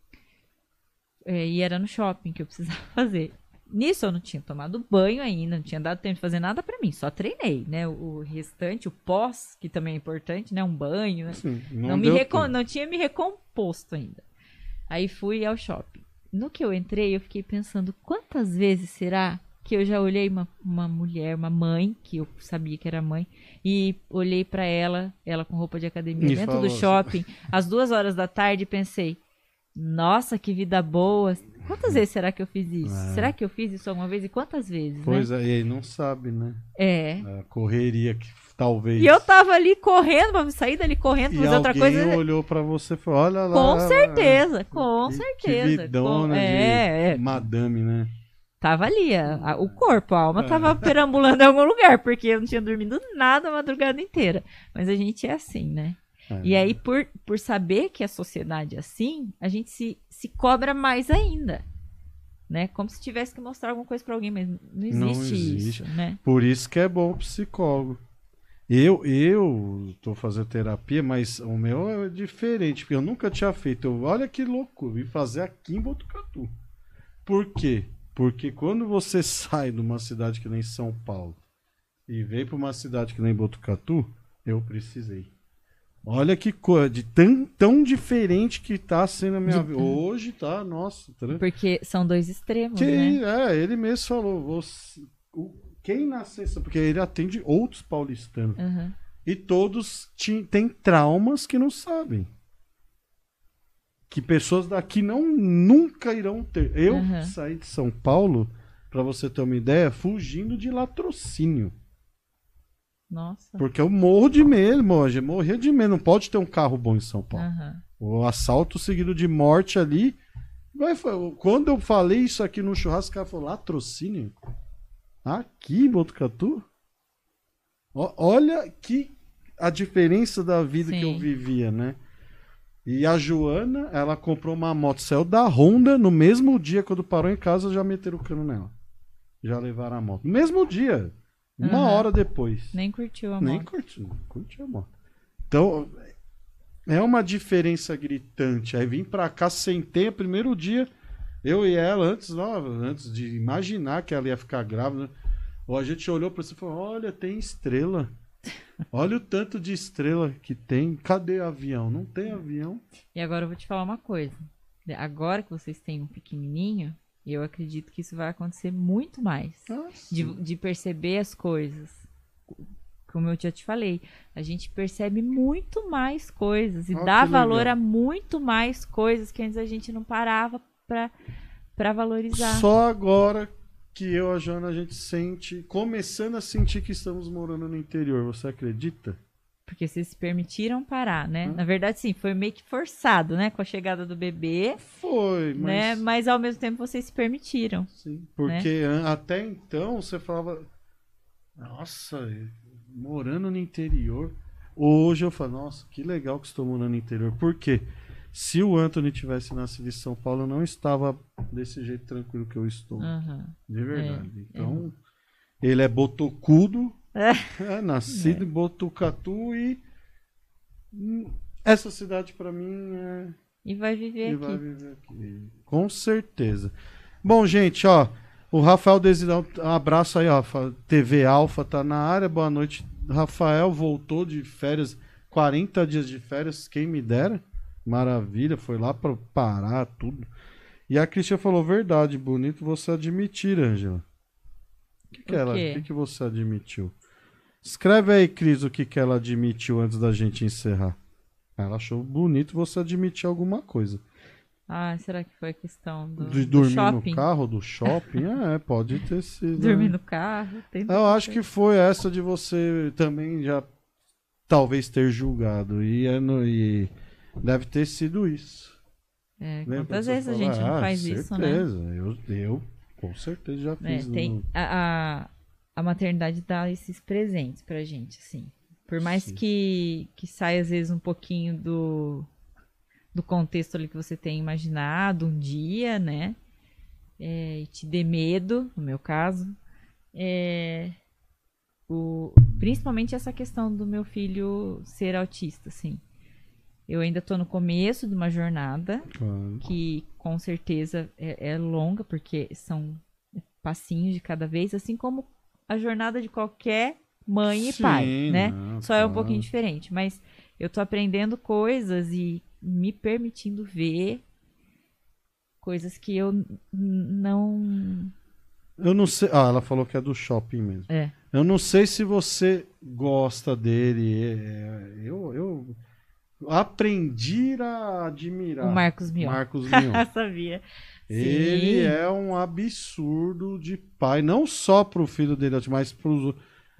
É, e era no shopping que eu precisava fazer. Nisso eu não tinha tomado banho ainda, não tinha dado tempo de fazer nada pra mim, só treinei, né? O restante, o pós, que também é importante, né? Um banho, né? Sim, Não, não, me deu recom- tempo. não tinha me recomposto ainda. Aí fui ao shopping. No que eu entrei, eu fiquei pensando, quantas vezes será que eu já olhei uma, uma mulher, uma mãe, que eu sabia que era mãe, e olhei pra ela, ela com roupa de academia E dentro falou do assim. shopping, às duas horas da tarde, e pensei, nossa, que vida boa. Quantas vezes será que eu fiz isso? É. Será que eu fiz isso alguma vez? E quantas vezes, Pois né? é, e aí não sabe, né? É. A correria que talvez. E eu tava ali correndo, pra sair dali correndo, pra E fazer outra alguém coisa. olhou pra você e falou: olha lá. Com certeza, com que, certeza. Que vidona Com- de é, é. madame, né? Tava ali, a- a- o corpo, a alma tava perambulando em algum lugar, porque eu não tinha dormido nada a madrugada inteira. Mas a gente é assim, né? É. E aí, por, por saber que a sociedade é assim, a gente se, se cobra mais ainda. Né? Como se tivesse que mostrar alguma coisa pra alguém, mas não existe, Não existe. isso, né? Por isso que é bom o psicólogo. Eu, eu tô fazendo terapia, mas o meu é diferente, porque eu nunca tinha feito. Eu, olha que louco, vim fazer aqui em Botucatu. Por quê? Porque quando você sai de uma cidade que nem São Paulo e vem para uma cidade que nem Botucatu, eu precisei. Olha que coisa, de tão, tão diferente que tá sendo a minha De- vida. Hoje tá, nossa. Tá... Porque são dois extremos, Que, né? é, ele mesmo falou, você, o, quem nasceu, porque ele atende outros paulistanos. Uhum. E todos ti- têm traumas que não sabem. Que pessoas daqui não nunca irão ter. Eu Uhum. saí de São Paulo, pra você ter uma ideia, fugindo de latrocínio. Nossa. Porque eu morro de medo, moja, morria de medo. Não pode ter um carro bom em São Paulo. Uhum. O assalto seguido de morte ali. Vai, quando eu falei isso aqui no churrasco, o cara falou: latrocínio? Aqui em Botucatu? Ó, olha que a diferença da vida Sim. que eu vivia, né? E a Joana, ela comprou uma moto, saiu da Honda, no mesmo dia, quando parou em casa, já meteram o cano nela. Já levaram a moto. No mesmo dia. Uma Uhum. hora depois. Nem curtiu a Nem moto. curtiu, não curtiu a moto. Então, é uma diferença gritante. Aí vim pra cá, sentei, primeiro dia, eu e ela, antes, ó, antes de imaginar que ela ia ficar grávida, ó, a gente olhou pra você e falou: olha, tem estrela. Olha o tanto de estrela que tem. Cadê avião? Não tem avião. E agora eu vou te falar uma coisa. Agora que vocês têm um pequenininho, eu acredito que isso vai acontecer muito mais. Nossa. De, de perceber as coisas. como eu já te falei, a gente percebe muito mais coisas e oh, dá valor legal. a muito mais coisas que antes a gente não parava pra, pra valorizar. Só agora que eu, a Joana, a gente sente, começando a sentir que estamos morando no interior, você acredita? Porque vocês se permitiram parar, né? Hum? Na verdade, sim, foi meio que forçado, né? Com a chegada do bebê. Foi, mas... Né? Mas ao mesmo tempo vocês se permitiram. Sim, porque né? até então você falava... Nossa, morando no interior... Hoje eu falo, nossa, que legal que estou morando no interior. Por quê? Se o Anthony tivesse nascido em São Paulo, eu não estava desse jeito tranquilo que eu estou. Uhum. De verdade. É, então, é. ele é botocudo... É, nascido é. em Botucatu e essa cidade pra mim é... E vai viver e aqui. Vai viver aqui. Com certeza. Bom, gente, ó, o Rafael Desidão, um abraço aí, ó, T V Alfa tá na área, boa noite. Rafael voltou de férias, quarenta dias de férias, quem me dera. Maravilha, foi lá pra parar tudo. E a Cristian falou, verdade, bonito você admitir, Ângela. O que, que, ela, que, que você admitiu? Escreve aí, Cris, o que, que ela admitiu antes da gente encerrar. Ela achou bonito você admitir alguma coisa. Ah, será que foi a questão do, de do dormir shopping? no carro, do shopping? É, pode ter sido. Dormir né? no carro. Tem Eu acho que foi essa de você também já talvez ter julgado. E, é no, e deve ter sido isso. É, quantas vezes a gente não ah, faz certeza. isso, né? Eu, eu com certeza já fiz. É, tem no... a, a, a maternidade dá esses presentes pra gente, assim. Por mais que, que saia, às vezes, um pouquinho do, do contexto ali que você tem imaginado um dia, né? É, e te dê medo, no meu caso. É, o, principalmente essa questão do meu filho ser autista, assim. Eu ainda tô no começo de uma jornada, claro. Que com certeza é, é longa, porque são passinhos de cada vez, assim como a jornada de qualquer mãe Sim, e pai, né? Não, Só claro. É um pouquinho diferente, mas eu tô aprendendo coisas e me permitindo ver coisas que eu não... Eu não sei... Ah, ela falou que é do shopping mesmo. É. Eu não sei se você gosta dele. É, eu... eu... aprendi a admirar o Marcos Mion. Marcos Mion. Sabia. Ele Sim. é um absurdo de pai, não só pro filho dele, mas pros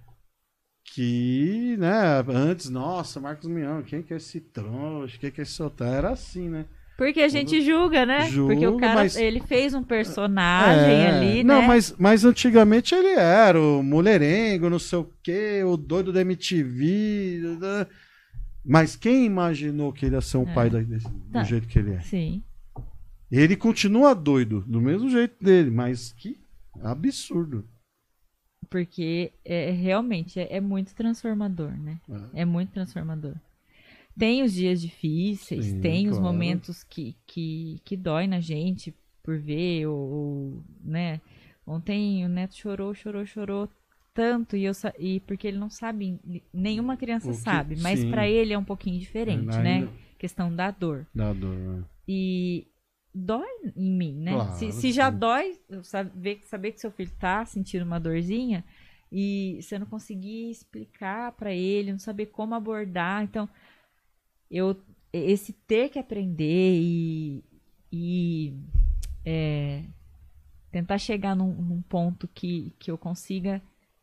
que, né, antes, nossa, Marcos Mion, quem que é esse trouxa, quem que é esse otário? Era assim, né? Porque a gente julga, né? Julga, Porque o cara, mas... ele fez um personagem é, ali, não, né? mas, mas antigamente ele era o mulherengo, não sei o quê, o doido da M T V... Mas quem imaginou que ele ia ser um é. pai da, desse, tá. do jeito que ele é? Sim. Ele continua doido, do mesmo jeito dele, mas que absurdo. Porque é, realmente é, é muito transformador, né? É. é muito transformador. Tem os dias difíceis, Sim, tem claro. os momentos que, que, que dói na gente por ver, ou, ou, né? Ontem o Neto chorou, chorou, chorou tanto, e, eu, e porque ele não sabe, nenhuma criança que, sabe, mas para ele é um pouquinho diferente, é, né? Ainda... Questão da dor. Da dor, né? E dói em mim, né? Claro, se, se já dói, saber, saber que seu filho tá sentindo uma dorzinha e você não conseguir explicar para ele, não saber como abordar, então eu esse ter que aprender e, e é, tentar chegar num, num ponto que, que eu consiga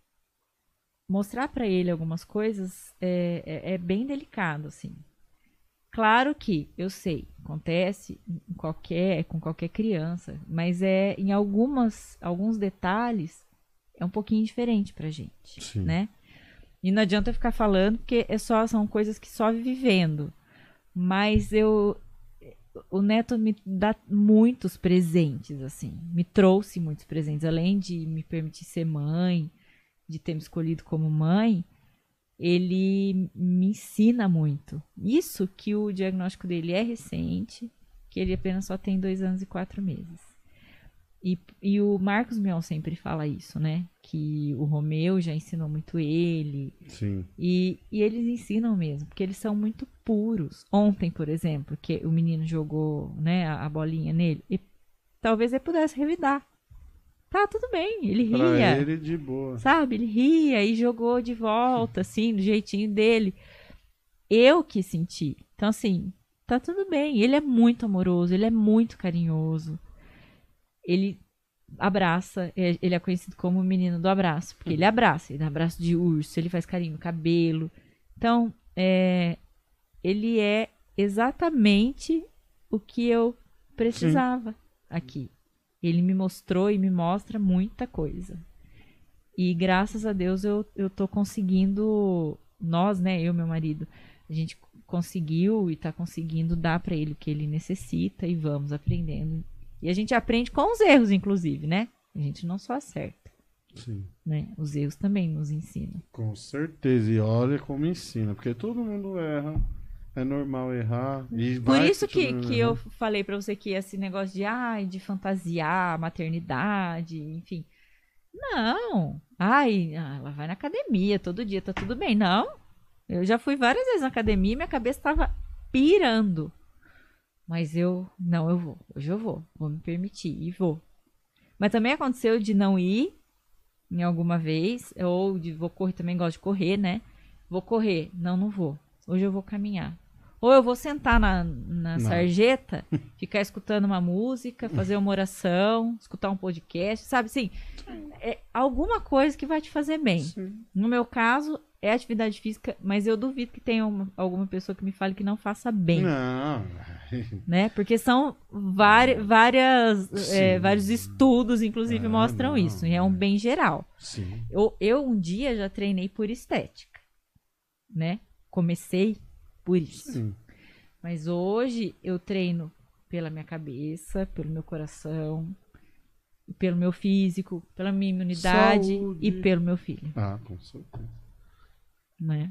mostrar para ele algumas coisas é, é, é bem delicado, assim. Claro que eu sei, acontece em qualquer, com qualquer criança, mas é em algumas, alguns detalhes é um pouquinho diferente pra gente, Sim. né? E não adianta eu ficar falando porque é só, são coisas que só vivendo. Mas eu, o Neto me dá muitos presentes, assim, me trouxe muitos presentes, além de me permitir ser mãe, de ter me escolhido como mãe. Ele me ensina muito. Isso que o diagnóstico dele é recente, que ele apenas só tem dois anos e quatro meses. E, e o Marcos Mion sempre fala isso, né? Que o Romeu já ensinou muito ele. Sim. E, e eles ensinam mesmo, porque eles são muito puros. Ontem, por exemplo, que o menino jogou, né, a, a bolinha nele, e talvez ele pudesse revidar. tá tudo bem, ele pra ria. ele de boa. Sabe, ele ria e jogou de volta, assim, do jeitinho dele. Eu que senti. Então, assim, tá tudo bem. Ele é muito amoroso, ele é muito carinhoso. Ele abraça, ele é conhecido como o menino do abraço, porque ele abraça, ele dá abraço de urso, ele faz carinho no cabelo. Então, é, ele é exatamente o que eu precisava Sim. aqui. Ele me mostrou e me mostra muita coisa. E graças a Deus eu, eu tô conseguindo, nós, né, eu e meu marido, a gente conseguiu e tá conseguindo dar para ele o que ele necessita e vamos aprendendo. E a gente aprende com os erros, inclusive, né? A gente não só acerta. Sim. Né? Os erros também nos ensinam. Com certeza. E olha como ensina. Porque todo mundo erra. É normal errar. E Por vai isso que, que errar. eu falei pra você que esse negócio de, ai, de fantasiar, maternidade, enfim. Não. Ai, ela vai na academia todo dia, tá tudo bem. Não. Eu já fui várias vezes na academia e minha cabeça tava pirando. Mas eu, não, eu vou. Hoje eu vou. Vou me permitir e vou. Mas também aconteceu de não ir em alguma vez. Ou de vou correr, também gosto de correr, né? Vou correr. Não, não vou. Hoje eu vou caminhar. Ou eu vou sentar na, na sarjeta, ficar escutando uma música, fazer uma oração, escutar um podcast, sabe? Assim, é alguma coisa que vai te fazer bem. Sim. No meu caso, é atividade física, mas eu duvido que tenha uma, alguma pessoa que me fale que não faça bem. Não. Né? Porque são vari, várias, é, vários estudos, inclusive, ah, mostram não, isso. E é um bem geral. Sim. Eu, eu um dia já treinei por estética. Né? Comecei por isso. Sim. Mas hoje eu treino pela minha cabeça, pelo meu coração, pelo meu físico, pela minha imunidade Saúde. E pelo meu filho. Ah, com certeza. Né?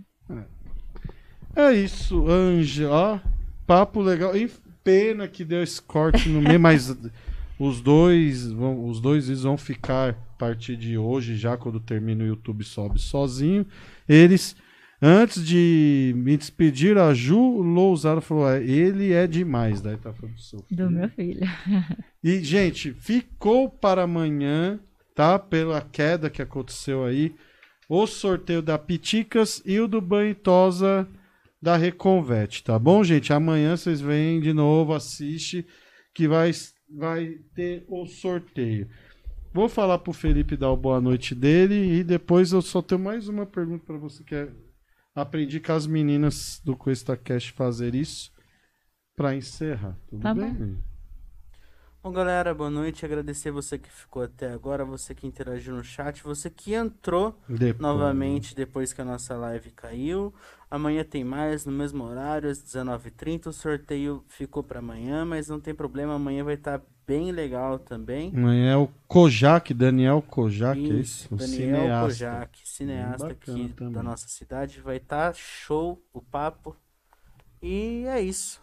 É, é isso, Ângela. Papo legal. E pena que deu esse corte no meio, mas os dois, vão, os dois vídeos vão ficar a partir de hoje, já quando termina o YouTube sobe sozinho. Eles... Antes de me despedir, a Ju Lousada falou: é, ele é demais. Daí tá falando do seu filho. Do meu filho. E, gente, ficou para amanhã, tá? Pela queda que aconteceu aí, o sorteio da Piticas e o do banho e tosa da Reconvete, tá bom, gente? Amanhã vocês vêm de novo, assiste, que vai, vai ter o sorteio. Vou falar pro Felipe dar o boa noite dele e depois eu só tenho mais uma pergunta para você que é. Aprendi com as meninas do QuestaCast fazer isso para encerrar. Tudo tá bem? Bom. Bom, galera, boa noite. Agradecer você que ficou até agora, você que interagiu no chat, você que entrou depois. novamente depois que a nossa live caiu. Amanhã tem mais, no mesmo horário, às dezenove e trinta. O sorteio ficou para amanhã, mas não tem problema. Amanhã vai estar bem legal também. Amanhã é o Kojak, Daniel Kojak, isso, é isso? O Daniel cineasta. Kojak, cineasta aqui também. Da nossa cidade. Vai estar show o papo. E é isso.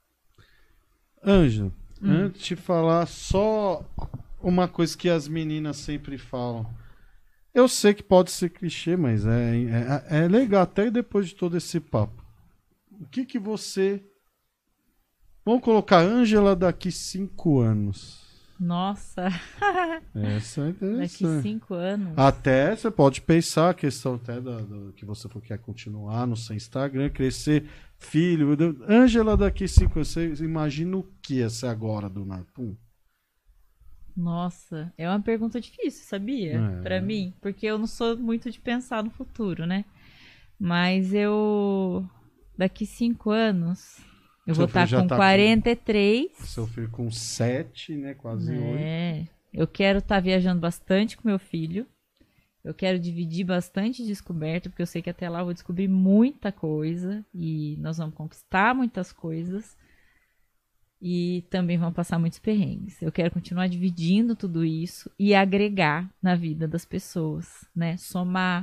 Ângela, hum. antes de falar, só uma coisa que as meninas sempre falam. Eu sei que pode ser clichê, mas é, é, é legal, até depois de todo esse papo. O que que você... Vamos colocar Ângela daqui cinco anos. Nossa! Essa é interessante. Daqui cinco anos. Até você pode pensar a questão até da, da, que você for, quer continuar no seu Instagram, crescer, filho. Ângela daqui cinco anos, você imagina o que é ser agora do Napum? Nossa, é uma pergunta difícil, sabia? É. Pra mim, porque eu não sou muito de pensar no futuro, né? Mas eu... Daqui cinco anos... Eu Seu vou estar tá com tá quarenta e três. Com seu filho com sete, né? Quase oito. É. Eu quero estar tá viajando bastante com meu filho. Eu quero dividir bastante descoberta, porque eu sei que até lá eu vou descobrir muita coisa. E nós vamos conquistar muitas coisas. E também vamos passar muitos perrengues. Eu quero continuar dividindo tudo isso e agregar na vida das pessoas, né? Somar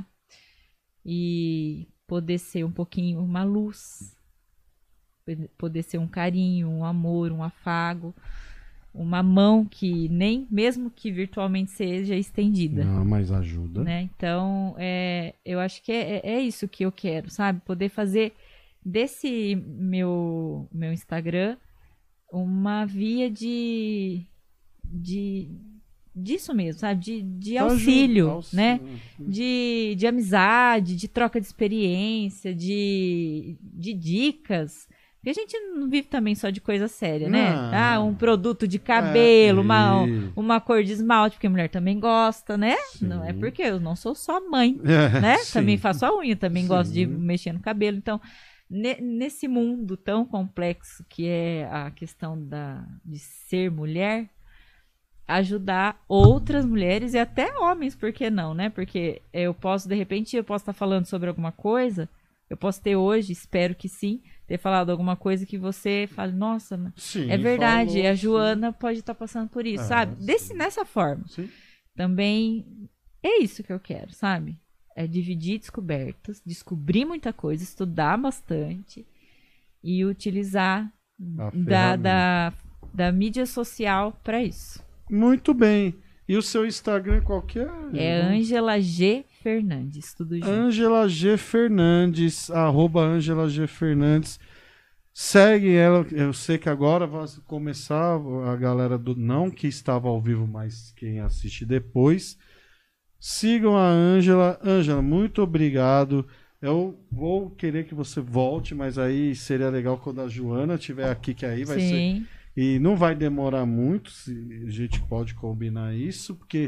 e poder ser um pouquinho uma luz. Poder ser um carinho, um amor, um afago, uma mão que nem, mesmo que virtualmente seja estendida. Não, mas ajuda. Né? Então, é, eu acho que é, é isso que eu quero, sabe? Poder fazer desse meu, meu Instagram uma via de, de disso mesmo, sabe? De, de auxílio, auxílio, né? De, de amizade, de troca de experiência, de, de dicas. Porque a gente não vive também só de coisa séria, né? Não. Ah, um produto de cabelo, é, uma, uma cor de esmalte, porque a mulher também gosta, né? Sim. Não é porque eu não sou só mãe, é, né? Sim. Também faço a unha, também sim. gosto de mexer no cabelo. Então, ne, nesse mundo tão complexo que é a questão da, de ser mulher, ajudar outras mulheres e até homens, por que não, né? Porque eu posso, de repente, eu posso estar falando sobre alguma coisa, eu posso ter hoje, espero que sim, ter falado alguma coisa que você fale, nossa, sim, é verdade, falou, a Joana sim. pode estar passando por isso, é, sabe? Desse, nessa forma. Sim. Também é isso que eu quero, sabe? É dividir descobertas, descobrir muita coisa, estudar bastante e utilizar da, da, da mídia social para isso. Muito bem. E o seu Instagram qual que é? É Ângela G. Fernandes, tudo junto. Ângela G. Fernandes, arroba Ângela G. Fernandes. Segue ela, eu sei que agora vai começar a galera do não que estava ao vivo, mas quem assiste depois. Sigam a Ângela. Ângela, muito obrigado. Eu vou querer que você volte, mas aí seria legal quando a Joana estiver aqui, que aí vai Sim. ser... E não vai demorar muito, se a gente pode combinar isso, porque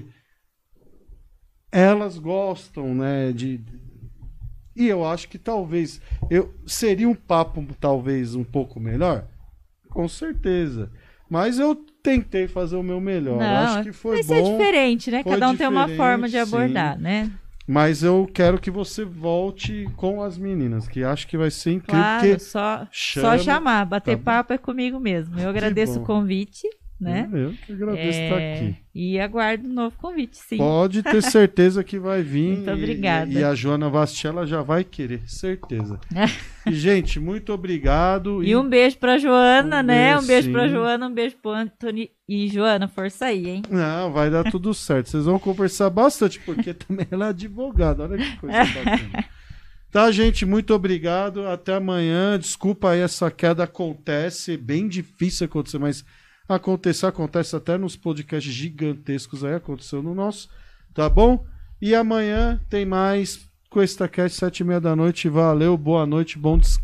elas gostam, né, de... E eu acho que talvez... Eu... Seria um papo talvez um pouco melhor? Com certeza. Mas eu tentei fazer o meu melhor. Não, acho que foi vai bom. Vai ser diferente, né? Cada um tem uma forma de abordar, sim. né? Mas eu quero que você volte com as meninas, que acho que vai ser incrível. Claro, só, chama... só chamar, bater tá papo é comigo mesmo. Eu agradeço o convite, né? Eu que agradeço é... estar aqui. E aguardo um novo convite, sim. Pode ter certeza que vai vir. Muito obrigada. E, e a Joana Vastella já vai querer, certeza. E, gente, muito obrigado. E, e um beijo pra Joana, um né? Beijo, um beijo sim. pra Joana, um beijo pro Anthony. E Joana, força aí, hein? Não, vai dar tudo certo. Vocês vão conversar bastante, porque também ela é advogada. Olha que coisa bacana. Tá, gente? Muito obrigado. Até amanhã. Desculpa aí, essa queda acontece. Bem difícil acontecer, mas acontecer, acontece até nos podcasts gigantescos aí. Aconteceu no nosso. Tá bom? E amanhã tem mais Cuestacast, sete e meia da noite. Valeu, boa noite, bom descanso.